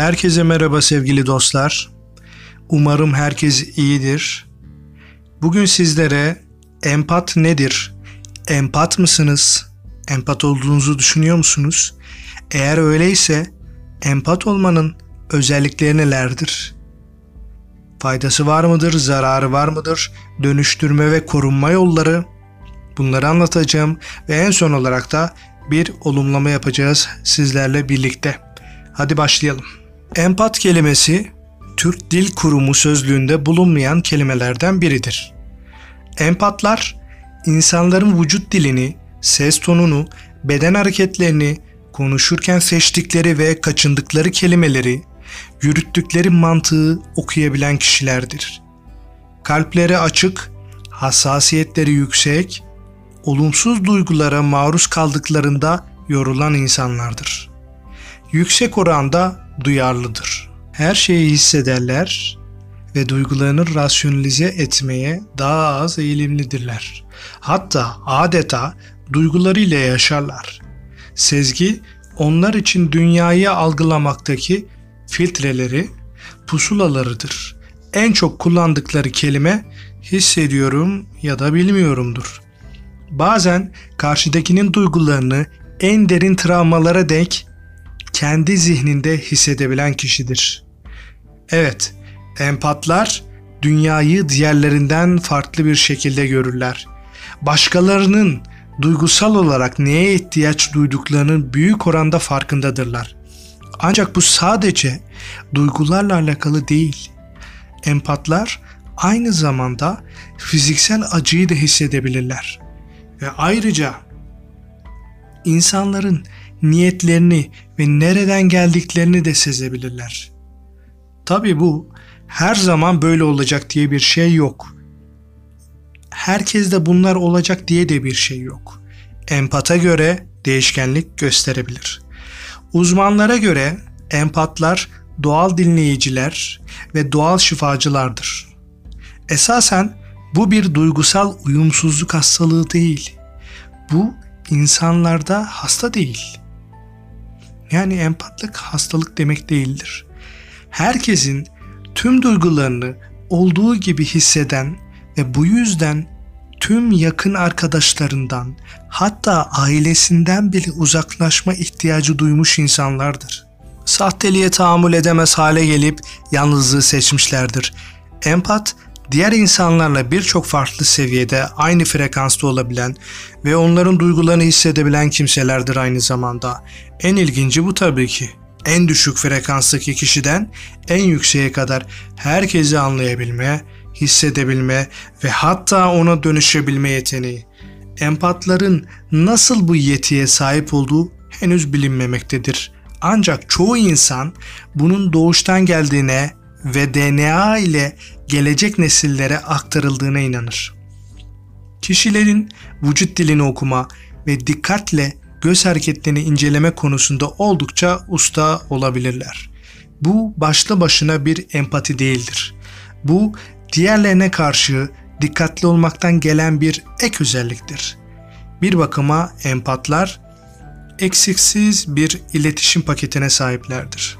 Herkese merhaba sevgili dostlar. Umarım herkes iyidir. Bugün sizlere empat nedir? Empat mısınız? Empat olduğunuzu düşünüyor musunuz? Eğer öyleyse empat olmanın özellikleri nelerdir? Faydası var mıdır? Zararı var mıdır? Dönüştürme ve korunma yolları. Bunları anlatacağım ve en son olarak da bir olumlama yapacağız sizlerle birlikte. Hadi başlayalım. Empat kelimesi Türk Dil Kurumu sözlüğünde bulunmayan kelimelerden biridir. Empatlar, insanların vücut dilini, ses tonunu, beden hareketlerini, konuşurken seçtikleri ve kaçındıkları kelimeleri, yürüttükleri mantığı okuyabilen kişilerdir. Kalpleri açık, hassasiyetleri yüksek, olumsuz duygulara maruz kaldıklarında yorulan insanlardır. Yüksek oranda duyarlıdır. Her şeyi hissederler ve duygularını rasyonalize etmeye daha az eğilimlidirler. Hatta adeta duygularıyla yaşarlar. Sezgi, onlar için dünyayı algılamaktaki filtreleri, pusulalarıdır. En çok kullandıkları kelime hissediyorum ya da bilmiyorumdur. Bazen karşıdakinin duygularını en derin travmalara dek kendi zihninde hissedebilen kişidir. Evet, empatlar dünyayı diğerlerinden farklı bir şekilde görürler. Başkalarının duygusal olarak neye ihtiyaç duyduklarının büyük oranda farkındadırlar. Ancak bu sadece duygularla alakalı değil. Empatlar aynı zamanda fiziksel acıyı da hissedebilirler. Ve ayrıca insanların niyetlerini ve nereden geldiklerini de sezebilirler. Tabii bu her zaman böyle olacak diye bir şey yok. Herkeste bunlar olacak diye de bir şey yok. Empata göre değişkenlik gösterebilir. Uzmanlara göre empatlar doğal dinleyiciler ve doğal şifacılardır. Esasen bu bir duygusal uyumsuzluk hastalığı değil. Bu insanlarda hasta değil. Yani empatlık hastalık demek değildir. Herkesin tüm duygularını olduğu gibi hisseden ve bu yüzden tüm yakın arkadaşlarından hatta ailesinden bile uzaklaşma ihtiyacı duymuş insanlardır. Sahteliğe tahammül edemez hale gelip yalnızlığı seçmişlerdir. Empat, diğer insanlarla birçok farklı seviyede aynı frekansta olabilen ve onların duygularını hissedebilen kimselerdir aynı zamanda. En ilginci bu tabii ki. En düşük frekanstaki kişiden en yükseğe kadar herkesi anlayabilme, hissedebilme ve hatta ona dönüşebilme yeteneği. Empatların nasıl bu yetiye sahip olduğu henüz bilinmemektedir. Ancak çoğu insan bunun doğuştan geldiğine ve DNA ile gelecek nesillere aktarıldığına inanır. Kişilerin vücut dilini okuma ve dikkatle göz hareketlerini inceleme konusunda oldukça usta olabilirler. Bu başlı başına bir empati değildir. Bu diğerlerine karşı dikkatli olmaktan gelen bir ek özelliktir. Bir bakıma empatlar eksiksiz bir iletişim paketine sahiplerdir.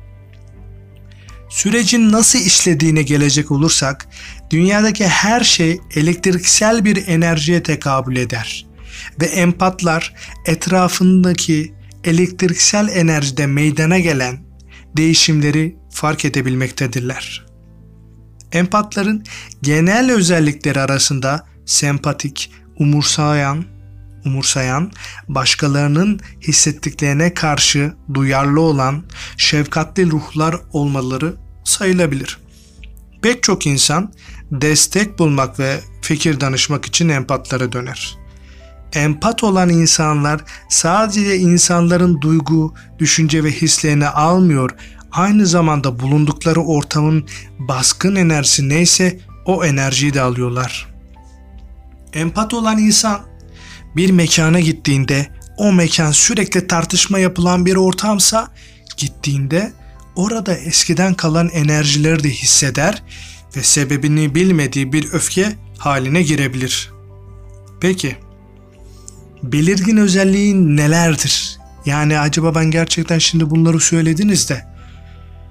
Sürecin nasıl işlediğine gelecek olursak, dünyadaki her şey elektriksel bir enerjiye tekabül eder ve empatlar etrafındaki elektriksel enerjide meydana gelen değişimleri fark edebilmektedirler. Empatların genel özellikleri arasında sempatik, umursayan, başkalarının hissettiklerine karşı duyarlı olan, şefkatli ruhlar olmaları sayılabilir. Pek çok insan destek bulmak ve fikir danışmak için empatlara döner. Empat olan insanlar sadece insanların duygu, düşünce ve hislerini almıyor, aynı zamanda bulundukları ortamın baskın enerjisi neyse o enerjiyi de alıyorlar. Empat olan insan bir mekana gittiğinde o mekan sürekli tartışma yapılan bir ortamsa gittiğinde orada eskiden kalan enerjileri de hisseder ve sebebini bilmediği bir öfke haline girebilir. Peki, belirgin özelliği nelerdir? Yani acaba ben gerçekten şimdi bunları söylediniz de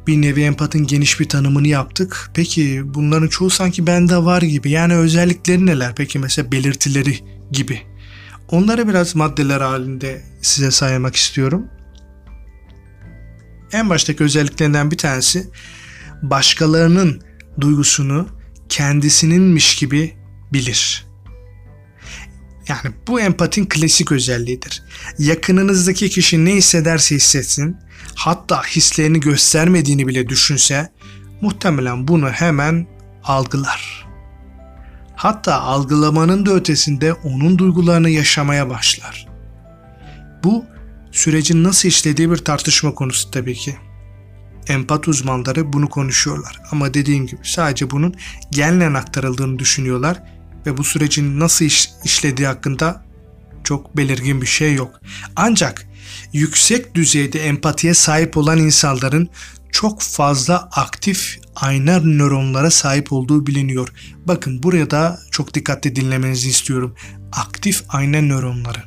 Bir nevi empatın geniş bir tanımını yaptık. Peki bunların çoğu sanki bende var gibi. Yani özellikleri neler? Peki mesela belirtileri gibi. Onları biraz maddeler halinde size saymak istiyorum. En baştaki özelliklerinden bir tanesi başkalarının duygusunu kendisininmiş gibi bilir. Yani bu empatin klasik özelliğidir. Yakınınızdaki kişi ne hissederse hissetsin, hatta hislerini göstermediğini bile düşünse, muhtemelen bunu hemen algılar. Hatta algılamanın da ötesinde onun duygularını yaşamaya başlar. Bu sürecin nasıl işlediği bir tartışma konusu tabii ki. Empat uzmanları bunu konuşuyorlar ama dediğim gibi sadece bunun genlen aktarıldığını düşünüyorlar ve bu sürecin nasıl işlediği hakkında çok belirgin bir şey yok. Ancak yüksek düzeyde empatiye sahip olan insanların çok fazla aktif ayna nöronlara sahip olduğu biliniyor. Bakın buraya da çok dikkatli dinlemenizi istiyorum. Aktif ayna nöronları.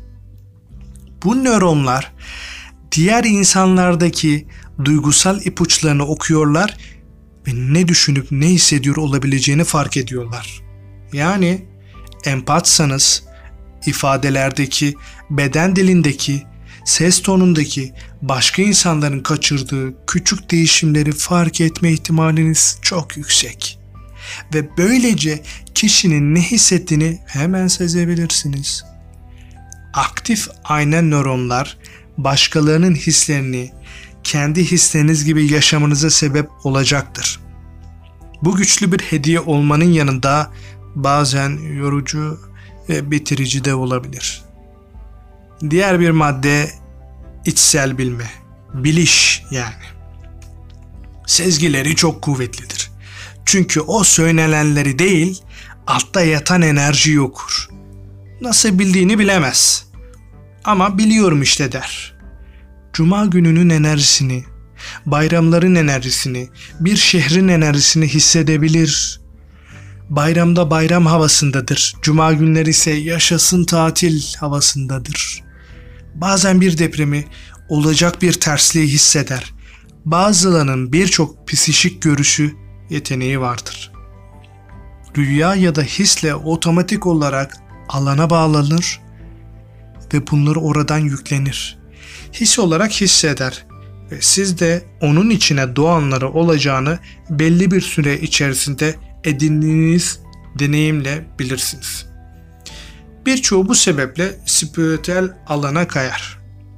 Bu nöronlar diğer insanlardaki duygusal ipuçlarını okuyorlar ve ne düşünüp ne hissediyor olabileceğini fark ediyorlar. Yani empatsanız ifadelerdeki, beden dilindeki, ses tonundaki başka insanların kaçırdığı küçük değişimleri fark etme ihtimaliniz çok yüksek. Ve böylece kişinin ne hissettiğini hemen sezebilirsiniz. Aktif ayna nöronlar başkalarının hislerini kendi hisleriniz gibi yaşamanıza sebep olacaktır. Bu güçlü bir hediye olmanın yanında bazen yorucu ve bitirici de olabilir. Diğer bir madde içsel bilme, biliş yani. Sezgileri çok kuvvetlidir. Çünkü o söylenenleri değil, altta yatan enerjiyi okur. Nasıl bildiğini bilemez. Ama biliyorum işte der. Cuma gününün enerjisini, bayramların enerjisini, bir şehrin enerjisini hissedebilir. Bayramda bayram havasındadır. Cuma günleri ise yaşasın tatil havasındadır. Bazen bir depremi, olacak bir tersliği hisseder. Bazılarının birçok psikik görüşü yeteneği vardır. Rüya ya da hisle otomatik olarak alana bağlanır ve bunları oradan yüklenir. His olarak hisseder ve siz de onun içine doğanları olacağını belli bir süre içerisinde edindiğiniz deneyimle bilirsiniz. Birçoğu bu sebeple spiritüel alana kayar.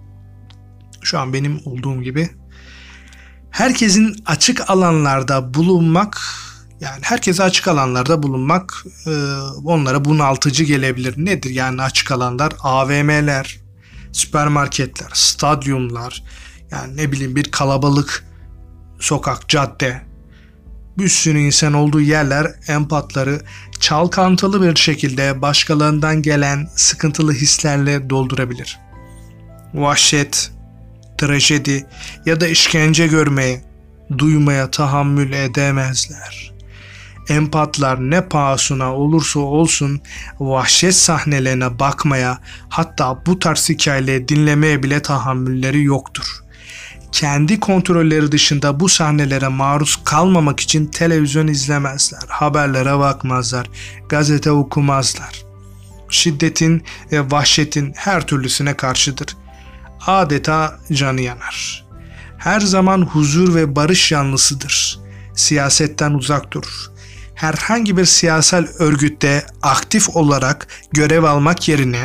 Şu an benim olduğum gibi. Herkesin açık alanlarda bulunmak, yani herkese açık alanlarda bulunmak onlara bunaltıcı gelebilir. Nedir yani açık alanlar? AVM'ler, süpermarketler, stadyumlar, yani ne bileyim bir kalabalık sokak, cadde, bir sürü insan olduğu yerler empatları çalkantılı bir şekilde başkalarından gelen sıkıntılı hislerle doldurabilir. Vahşet, trajedi ya da işkence görmeye, duymaya tahammül edemezler. Empatlar ne pahasına olursa olsun vahşet sahnelerine bakmaya, hatta bu tarz hikayeleri dinlemeye bile tahammülleri yoktur. Kendi kontrolleri dışında bu sahnelere maruz kalmamak için televizyon izlemezler, haberlere bakmazlar, gazete okumazlar. Şiddetin ve vahşetin her türlüsüne karşıdır. Adeta canı yanar. Her zaman huzur ve barış yanlısıdır. Siyasetten uzak durur. Herhangi bir siyasal örgütte aktif olarak görev almak yerine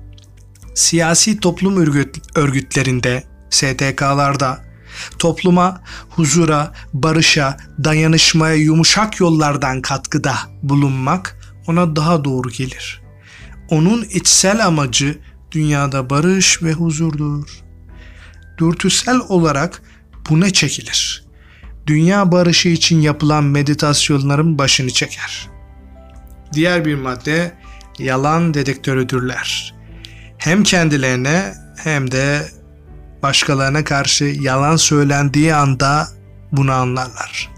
siyasi toplum örgütlerinde, STK'larda topluma, huzura, barışa, dayanışmaya yumuşak yollardan katkıda bulunmak ona daha doğru gelir. Onun içsel amacı dünyada barış ve huzurdur. Dürtüsel olarak buna çekilir. Dünya barışı için yapılan meditasyonların başını çeker. Diğer bir madde yalan dedektörüdürler. Hem kendilerine hem de başkalarına karşı yalan söylendiği anda bunu anlarlar.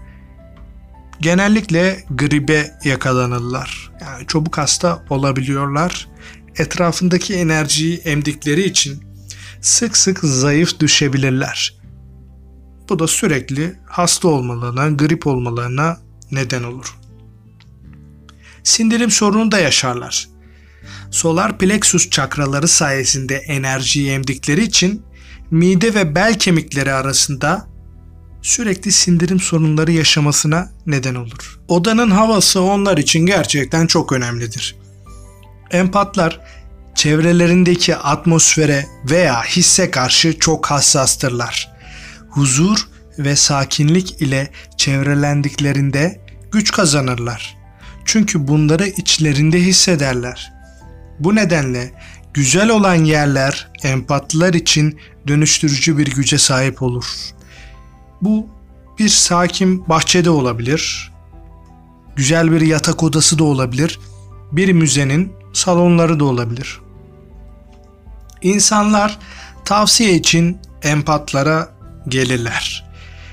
Genellikle gribe yakalanırlar. Yani çabuk hasta olabiliyorlar. Etrafındaki enerjiyi emdikleri için sık sık zayıf düşebilirler. Bu da sürekli hasta olmalarına, grip olmalarına neden olur. Sindirim sorunu da yaşarlar. Solar plexus çakraları sayesinde enerjiyi emdikleri için mide ve bel kemikleri arasında sürekli sindirim sorunları yaşamasına neden olur. Odanın havası onlar için gerçekten çok önemlidir. Empatlar çevrelerindeki atmosfere veya hisse karşı çok hassastırlar. Huzur ve sakinlik ile çevrelendiklerinde güç kazanırlar. Çünkü bunları içlerinde hissederler. Bu nedenle güzel olan yerler empatlar için dönüştürücü bir güce sahip olur. Bu bir sakin bahçede olabilir, güzel bir yatak odası da olabilir, bir müzenin salonları da olabilir. İnsanlar tavsiye için empatlara gelirler.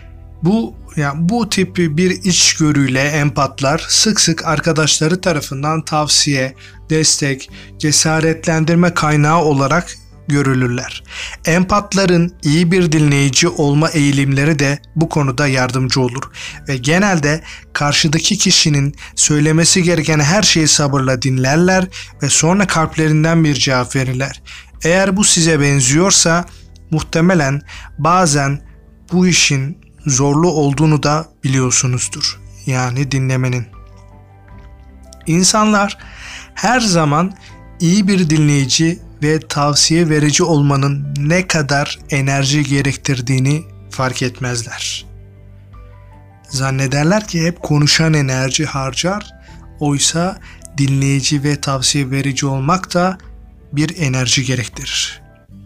Bu tip bir içgörüyle empatlar sık sık arkadaşları tarafından tavsiye, destek, cesaretlendirme kaynağı olarak görülürler. Empatların iyi bir dinleyici olma eğilimleri de bu konuda yardımcı olur ve genelde karşıdaki kişinin söylemesi gereken her şeyi sabırla dinlerler ve sonra kalplerinden bir cevap verirler. Eğer bu size benziyorsa muhtemelen bazen bu işin zorlu olduğunu da biliyorsunuzdur. Yani dinlemenin. İnsanlar her zaman iyi bir dinleyici ve tavsiye verici olmanın ne kadar enerji gerektirdiğini fark etmezler. Zannederler ki hep konuşan enerji harcar, oysa dinleyici ve tavsiye verici olmak da bir enerji gerektirir.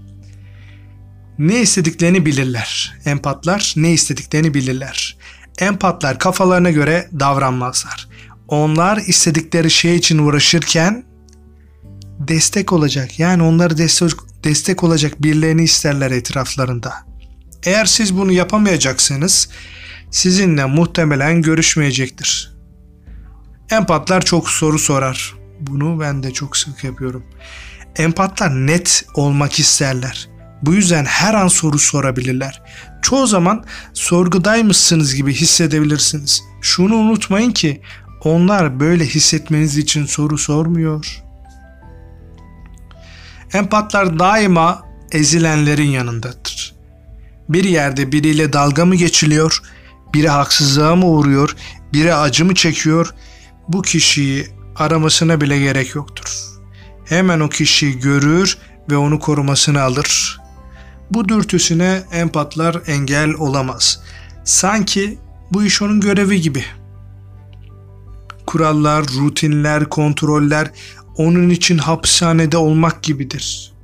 Ne istediklerini bilirler. Empatlar ne istediklerini bilirler. Empatlar kafalarına göre davranmazlar. Onlar istedikleri şey için uğraşırken destek olacak, yani onları destek olacak birilerini isterler etraflarında. Eğer siz bunu yapamayacaksanız sizinle muhtemelen görüşmeyecektir. Empatlar çok soru sorar. Bunu ben de çok sık yapıyorum. Empatlar net olmak isterler. Bu yüzden her an soru sorabilirler. Çoğu zaman sorgudaymışsınız gibi hissedebilirsiniz. Şunu unutmayın ki onlar böyle hissetmeniz için soru sormuyor. Empatlar daima ezilenlerin yanındadır. Bir yerde biriyle dalga mı geçiliyor, biri haksızlığa mı uğruyor, biri acı mı çekiyor, bu kişiyi aramasına bile gerek yoktur. Hemen o kişiyi görür ve onu korumasını alır. Bu dürtüsüne empatlar engel olamaz. Sanki bu iş onun görevi gibi. Kurallar, rutinler, kontroller onun için hapishanede olmak gibidir.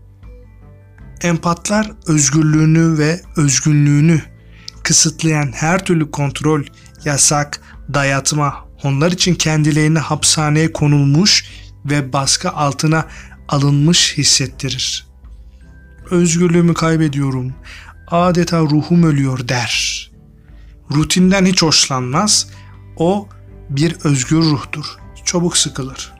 Empatlar özgürlüğünü ve özgünlüğünü kısıtlayan her türlü kontrol, yasak, dayatma onlar için kendilerini hapishaneye konulmuş ve baskı altına alınmış hissettirir. Özgürlüğümü kaybediyorum, adeta ruhum ölüyor der. Rutinden hiç hoşlanmaz, o bir özgür ruhtur, çabuk sıkılır.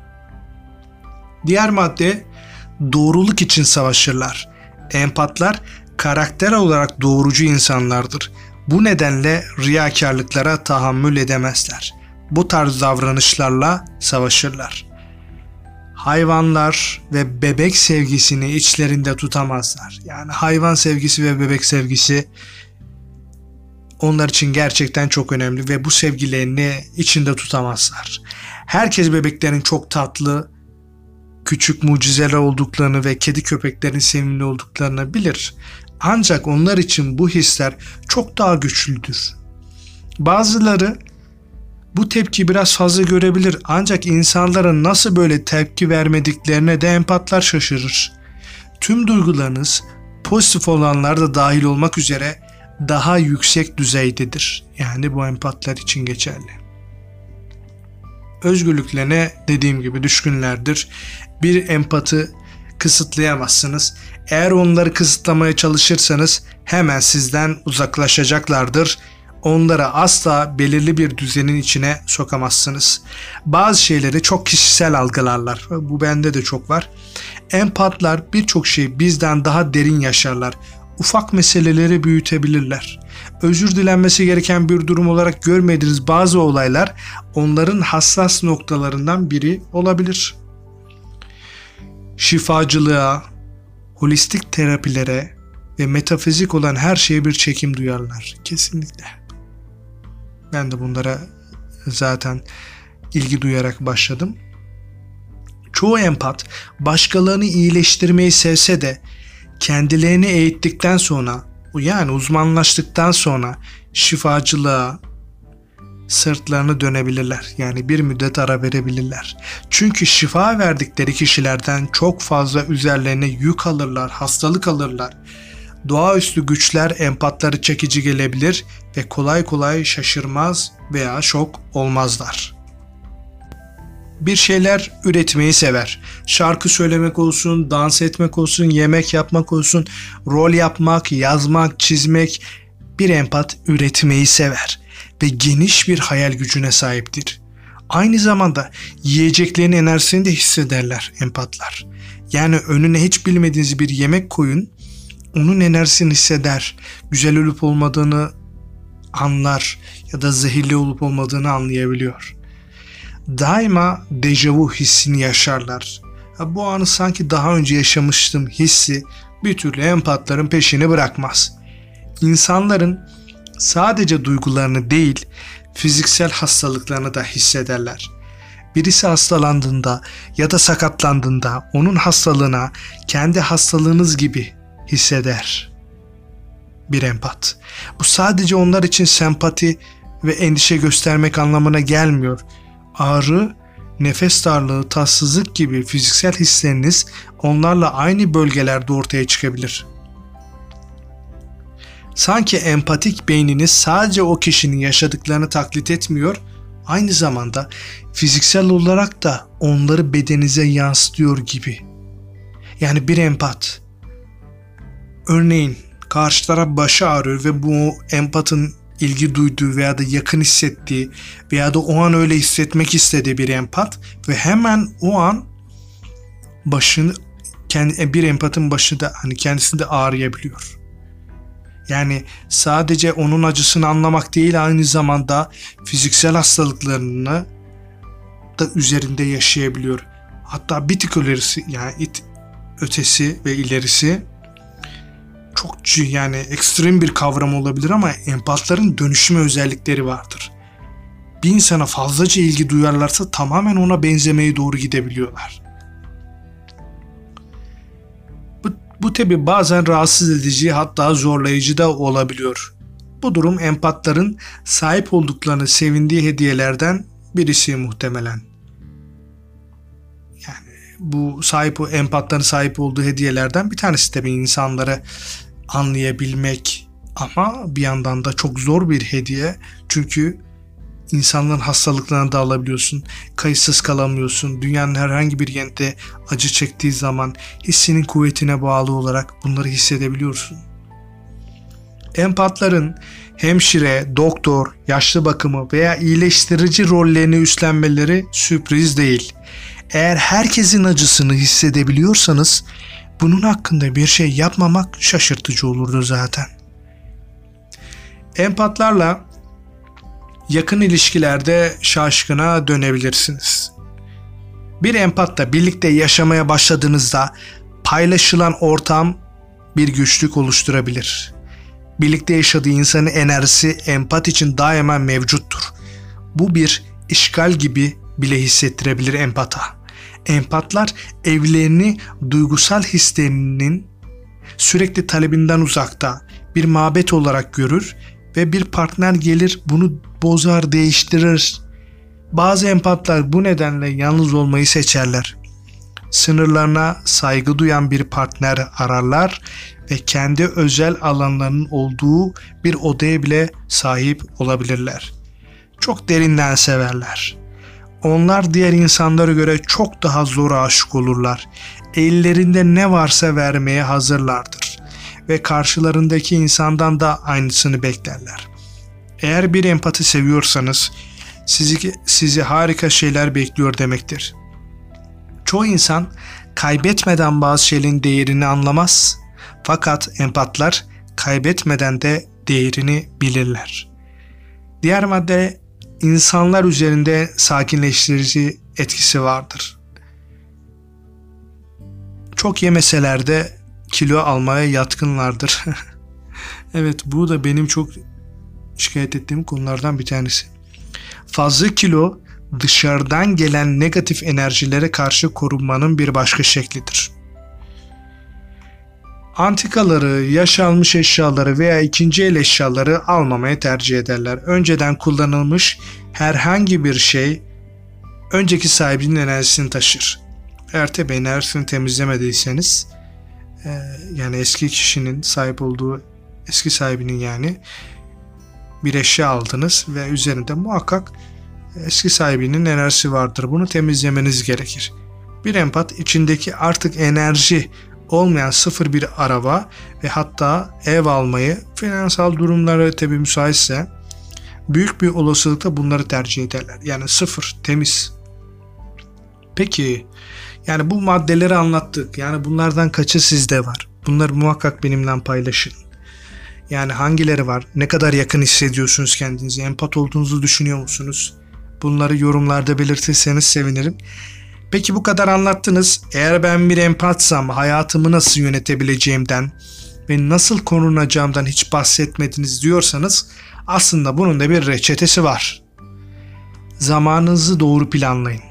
Diğer madde doğruluk için savaşırlar. Empatlar karakter olarak doğrucu insanlardır. Bu nedenle riyakarlıklara tahammül edemezler. Bu tarz davranışlarla savaşırlar. Hayvanlar ve bebek sevgisini içlerinde tutamazlar. Yani hayvan sevgisi ve bebek sevgisi onlar için gerçekten çok önemli ve bu sevgilerini içinde tutamazlar. Herkes bebeklerin çok tatlı, küçük mucizeler olduklarını ve kedi köpeklerin sevimli olduklarını bilir. Ancak onlar için bu hisler çok daha güçlüdür. Bazıları bu tepki biraz fazla görebilir, ancak insanların nasıl böyle tepki vermediklerine de empatlar şaşırır. Tüm duygularınız pozitif olanlar da dahil olmak üzere daha yüksek düzeydedir. Yani bu empatlar için geçerli. Özgürlüklerine dediğim gibi düşkünlerdir. Bir empatı kısıtlayamazsınız. Eğer onları kısıtlamaya çalışırsanız hemen sizden uzaklaşacaklardır. Onları asla belirli bir düzenin içine sokamazsınız. Bazı şeyleri çok kişisel algılarlar. Bu bende de çok var. Empatlar birçok şeyi bizden daha derin yaşarlar. Ufak meseleleri büyütebilirler. özür dilenmesi gereken bir durum olarak görmediğiniz bazı olaylar onların hassas noktalarından biri olabilir. Şifacılığa, holistik terapilere ve metafizik olan her şeye bir çekim duyarlar. Kesinlikle. Ben de bunlara zaten ilgi duyarak başladım. Çoğu empat başkalarını iyileştirmeyi sevse de kendilerini eğittikten sonra, yani uzmanlaştıktan sonra şifacılığa sırtlarını dönebilirler. Yani bir müddet ara verebilirler. Çünkü şifa verdikleri kişilerden çok fazla üzerlerine yük alırlar, hastalık alırlar. Doğaüstü güçler empatları çekici gelebilir ve kolay kolay şaşırmaz veya şok olmazlar. Bir şeyler üretmeyi sever. Şarkı söylemek olsun, dans etmek olsun, yemek yapmak olsun, rol yapmak, yazmak, çizmek. Bir empat üretmeyi sever ve geniş bir hayal gücüne sahiptir. Aynı zamanda yiyeceklerin enerjisini de hissederler empatlar. Yani önüne hiç bilmediğiniz bir yemek koyun, onun enerjisini hisseder, güzel olup olmadığını anlar ya da zehirli olup olmadığını anlayabiliyor. Daima dejavu hissini yaşarlar. Bu anı sanki daha önce yaşamıştım hissi bir türlü empatların peşini bırakmaz. İnsanların sadece duygularını değil, fiziksel hastalıklarını da hissederler. Birisi hastalandığında ya da sakatlandığında onun hastalığına kendi hastalığınız gibi hisseder bir empat. Bu sadece onlar için sempati ve endişe göstermek anlamına gelmiyor. Ağrı, nefes darlığı, tatsızlık gibi fiziksel hisleriniz onlarla aynı bölgelerde ortaya çıkabilir. Sanki empatik beyniniz sadece o kişinin yaşadıklarını taklit etmiyor, aynı zamanda fiziksel olarak da onları bedeninize yansıtıyor gibi. Yani bir empat, örneğin karşı taraf başı ağrıyor ve bu empatın ilgi duyduğu veya da yakın hissettiği veya da o an öyle hissetmek istediği bir empat ve hemen o an bir empatın başı da kendisinde ağrıyabiliyor. Yani sadece onun acısını anlamak değil, aynı zamanda fiziksel hastalıklarını da üzerinde yaşayabiliyor. Hatta bir tık ötesi, ötesi ve ilerisi çok ekstrem bir kavram olabilir ama empatların dönüşme özellikleri vardır. Bir insana fazlaca ilgi duyarlarsa tamamen ona benzemeye doğru gidebiliyorlar. Bu tabi bazen rahatsız edici, hatta zorlayıcı da olabiliyor. Bu durum empatların sahip olduklarını sevindiği hediyelerden birisi muhtemelen. Bu empatların sahip olduğu hediyelerden bir tanesi tabii insanları anlayabilmek, ama bir yandan da çok zor bir hediye. Çünkü insanların hastalıklarına da alabiliyorsun, kayıtsız kalamıyorsun. Dünyanın herhangi bir yerinde acı çektiği zaman hissinin kuvvetine bağlı olarak bunları hissedebiliyorsun. Empatların hemşire, doktor, yaşlı bakımı veya iyileştirici rollerini üstlenmeleri sürpriz değil. Eğer herkesin acısını hissedebiliyorsanız bunun hakkında bir şey yapmamak şaşırtıcı olurdu zaten. Empatlarla yakın ilişkilerde şaşkına dönebilirsiniz. Bir empatla birlikte yaşamaya başladığınızda paylaşılan ortam bir güçlük oluşturabilir. Birlikte yaşadığı insanın enerjisi empat için daima mevcuttur. Bu bir işgal gibi bile hissettirebilir empata. Empatlar evlerini duygusal hislerinin sürekli talebinden uzakta bir mabet olarak görür ve bir partner gelir bunu bozar, değiştirir. Bazı empatlar bu nedenle yalnız olmayı seçerler. Sınırlarına saygı duyan bir partner ararlar ve kendi özel alanlarının olduğu bir odaya bile sahip olabilirler. Çok derinden severler. Onlar diğer insanlara göre çok daha zor aşık olurlar. Ellerinde ne varsa vermeye hazırlardır ve karşılarındaki insandan da aynısını beklerler. Eğer bir empati seviyorsanız sizi harika şeyler bekliyor demektir. Çoğu insan kaybetmeden bazı şeylerin değerini anlamaz. Fakat empatlar kaybetmeden de değerini bilirler. Diğer madde, insanlar üzerinde sakinleştirici etkisi vardır. Çok yemeseler de kilo almaya yatkınlardır. Evet, bu da benim çok şikayet ettiğim konulardan bir tanesi. Fazla kilo dışarıdan gelen negatif enerjilere karşı korunmanın bir başka şeklidir. Antikaları, yaşanmış eşyaları veya ikinci el eşyaları almamayı tercih ederler. Önceden kullanılmış herhangi bir şey önceki sahibinin enerjisini taşır. Eğer tabi enerjisini temizlemediyseniz, yani eski kişinin sahip olduğu, eski sahibinin yani bir eşya aldınız ve üzerinde muhakkak eski sahibinin enerjisi vardır. Bunu temizlemeniz gerekir. Bir empat içindeki artık enerji olmayan sıfır bir araba ve hatta ev almayı, finansal durumları tabi müsaitse büyük bir olasılıkla bunları tercih ederler. Yani sıfır, temiz. Peki, yani bu maddeleri anlattık. Yani bunlardan kaçı sizde var? Bunları muhakkak benimle paylaşın. Yani hangileri var? Ne kadar yakın hissediyorsunuz kendinizi? Empat olduğunuzu düşünüyor musunuz? Bunları yorumlarda belirtirseniz sevinirim. Peki bu kadar anlattınız. Eğer ben bir empatsam hayatımı nasıl yönetebileceğimden ve nasıl korunacağımdan hiç bahsetmediniz diyorsanız aslında bunun da bir reçetesi var. Zamanınızı doğru planlayın.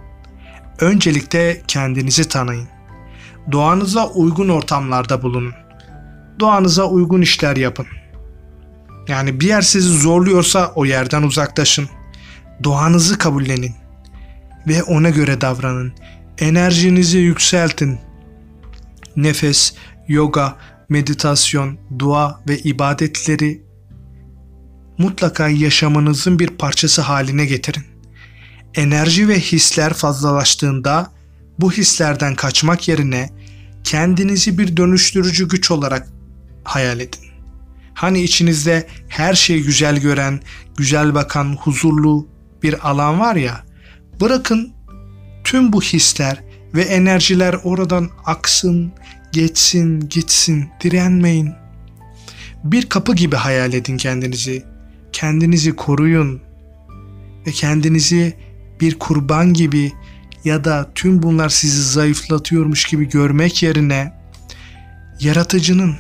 Öncelikle kendinizi tanıyın. Doğanıza uygun ortamlarda bulunun. Doğanıza uygun işler yapın. Yani bir yer sizi zorluyorsa o yerden uzaklaşın. Doğanızı kabullenin ve ona göre davranın. Enerjinizi yükseltin. Nefes, yoga, meditasyon, dua ve ibadetleri mutlaka yaşamınızın bir parçası haline getirin. Enerji ve hisler fazlalaştığında bu hislerden kaçmak yerine kendinizi bir dönüştürücü güç olarak hayal edin. Hani içinizde her şeyi güzel gören, güzel bakan, huzurlu bir alan var ya, bırakın tüm bu hisler ve enerjiler oradan aksın, geçsin, gitsin, direnmeyin. Bir kapı gibi hayal edin kendinizi. Kendinizi koruyun ve kendinizi bir kurban gibi ya da tüm bunlar sizi zayıflatıyormuş gibi görmek yerine yaratıcının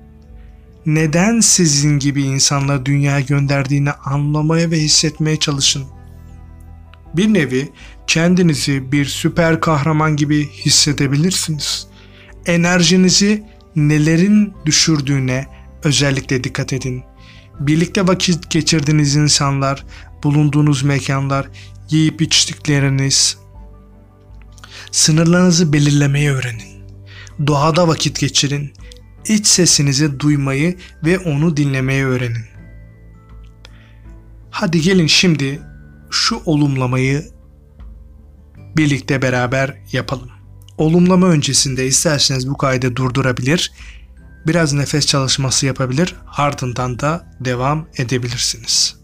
neden sizin gibi insanları dünyaya gönderdiğini anlamaya ve hissetmeye çalışın. Bir nevi kendinizi bir süper kahraman gibi hissedebilirsiniz. Enerjinizi nelerin düşürdüğüne özellikle dikkat edin. Birlikte vakit geçirdiğiniz insanlar, bulunduğunuz mekanlar, yiyip içtikleriniz, sınırlarınızı belirlemeyi öğrenin. Doğada vakit geçirin. İç sesinizi duymayı ve onu dinlemeyi öğrenin. Hadi gelin şimdi şu olumlamayı birlikte beraber yapalım. Olumlama öncesinde isterseniz bu kaydı durdurabilir, biraz nefes çalışması yapabilir, ardından da devam edebilirsiniz.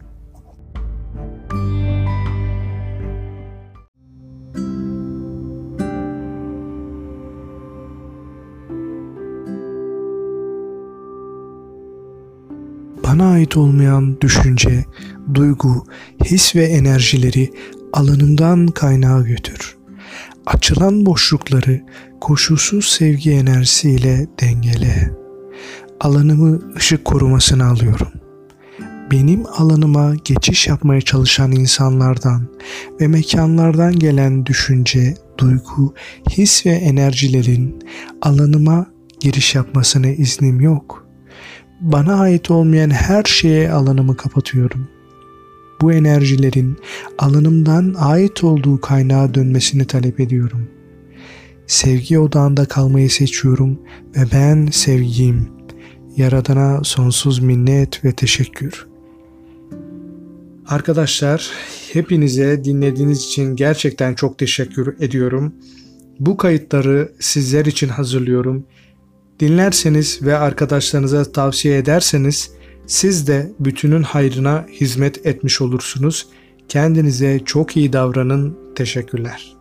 Bana ait olmayan düşünce, duygu, his ve enerjileri alanımdan kaynağa götür. Açılan boşlukları koşulsuz sevgi enerjisiyle dengele. Alanımı ışık korumasına alıyorum. Benim alanıma geçiş yapmaya çalışan insanlardan ve mekanlardan gelen düşünce, duygu, his ve enerjilerin alanıma giriş yapmasına iznim yok. Bana ait olmayan her şeye alanımı kapatıyorum. Bu enerjilerin alanımdan ait olduğu kaynağa dönmesini talep ediyorum. Sevgi odağında kalmayı seçiyorum ve ben sevgiyim. Yaradana sonsuz minnet ve teşekkür. Arkadaşlar, hepinize dinlediğiniz için gerçekten çok teşekkür ediyorum. Bu kayıtları sizler için hazırlıyorum. Dinlerseniz ve arkadaşlarınıza tavsiye ederseniz siz de bütünün hayrına hizmet etmiş olursunuz. Kendinize çok iyi davranın. Teşekkürler.